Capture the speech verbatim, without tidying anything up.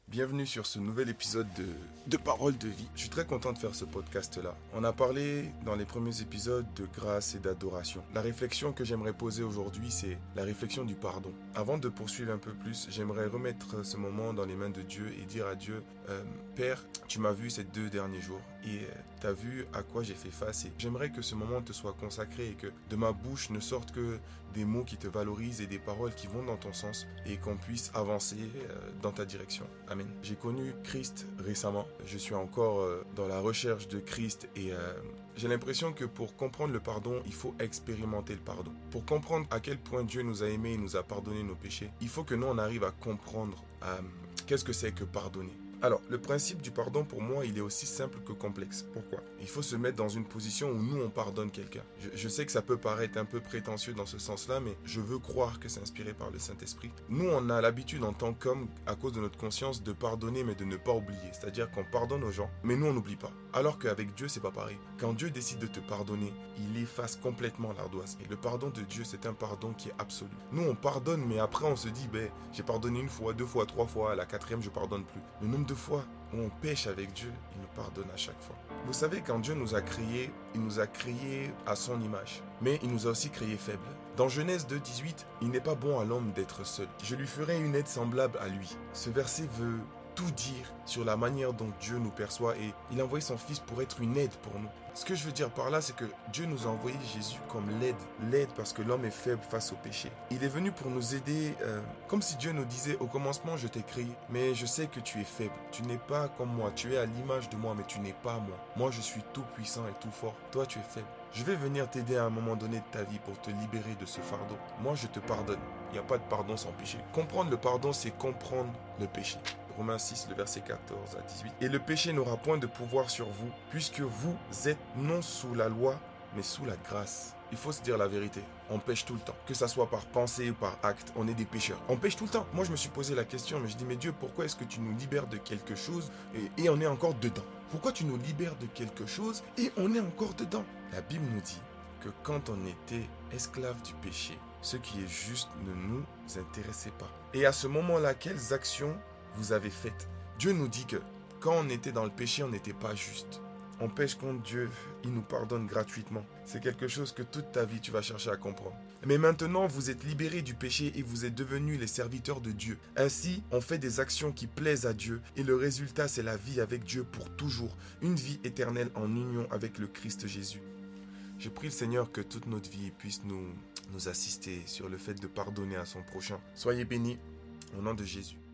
Bienvenue sur ce nouvel épisode de, de Paroles de vie. Je suis très content de faire ce podcast-là. On a parlé dans les premiers épisodes de grâce et d'adoration. La réflexion que j'aimerais poser aujourd'hui, c'est la réflexion du pardon. Avant de poursuivre un peu plus, j'aimerais remettre ce moment dans les mains de Dieu et dire à Dieu, euh, Père, tu m'as vu ces deux derniers jours et euh, tu as vu à quoi j'ai fait face. Et j'aimerais que ce moment te soit consacré et que de ma bouche ne sortent que des mots qui te valorisent et des paroles qui vont dans ton sens et qu'on puisse avancer euh, dans ta direction. Amen. J'ai connu Christ récemment. Je suis encore euh, dans la recherche de Christ et euh, j'ai l'impression que pour comprendre le pardon, il faut expérimenter le pardon. Pour comprendre à quel point Dieu nous a aimés et nous a pardonné nos péchés, il faut que nous on arrive à comprendre euh, qu'est-ce que c'est que pardonner. Alors, le principe du pardon, pour moi, il est aussi simple que complexe. Pourquoi ? Il faut se mettre dans une position où nous, on pardonne quelqu'un. Je, je sais que ça peut paraître un peu prétentieux dans ce sens-là, mais je veux croire que c'est inspiré par le Saint-Esprit. Nous, on a l'habitude en tant qu'homme, à cause de notre conscience, de pardonner, mais de ne pas oublier. C'est-à-dire qu'on pardonne aux gens, mais nous, on n'oublie pas. Alors qu'avec Dieu, c'est pas pareil. Quand Dieu décide de te pardonner, il efface complètement l'ardoise. Et le pardon de Dieu, c'est un pardon qui est absolu. Nous, on pardonne, mais après, on se dit, ben, j'ai pardonné une fois, deux fois, trois fois, à la quatrième, je pardonne plus. Le nombre de fois où on pêche avec Dieu, il nous pardonne à chaque fois. Vous savez, quand Dieu nous a créés, il nous a créés à son image. Mais il nous a aussi créés faibles. Dans Genèse deux, dix-huit, il n'est pas bon à l'homme d'être seul. Je lui ferai une aide semblable à lui. Ce verset veut tout dire sur la manière dont Dieu nous perçoit et il a envoyé son Fils pour être une aide pour nous. Ce que je veux dire par là, c'est que Dieu nous a envoyé Jésus comme l'aide. L'aide parce que l'homme est faible face au péché. Il est venu pour nous aider, euh, comme si Dieu nous disait, au commencement je t'ai créé, mais je sais que tu es faible. Tu n'es pas comme moi, tu es à l'image de moi, mais tu n'es pas moi. Moi je suis tout puissant et tout fort. Toi tu es faible. Je vais venir t'aider à un moment donné de ta vie pour te libérer de ce fardeau. Moi je te pardonne. Il n'y a pas de pardon sans péché. Comprendre le pardon, c'est comprendre le péché. Romains six, le verset quatorze à dix-huit. Et le péché n'aura point de pouvoir sur vous, puisque vous êtes non sous la loi, mais sous la grâce. Il faut se dire la vérité. On pêche tout le temps. Que ça soit par pensée ou par acte, on est des pécheurs. On pêche tout le temps. Moi, je me suis posé la question, mais je dis, mais Dieu, pourquoi est-ce que tu nous libères de quelque chose et, et on est encore dedans ? Pourquoi tu nous libères de quelque chose et on est encore dedans ? La Bible nous dit que quand on était esclaves du péché, ce qui est juste ne nous intéressait pas. Et à ce moment-là, quelles actions vous avez faites ? Dieu nous dit que quand on était dans le péché, on n'était pas juste. On pêche contre Dieu, il nous pardonne gratuitement. C'est quelque chose que toute ta vie tu vas chercher à comprendre. Mais maintenant, vous êtes libérés du péché et vous êtes devenus les serviteurs de Dieu. Ainsi, on fait des actions qui plaisent à Dieu et le résultat, c'est la vie avec Dieu pour toujours. Une vie éternelle en union avec le Christ Jésus. Je prie le Seigneur que toute notre vie puisse nous, nous assister sur le fait de pardonner à son prochain. Soyez bénis au nom de Jésus.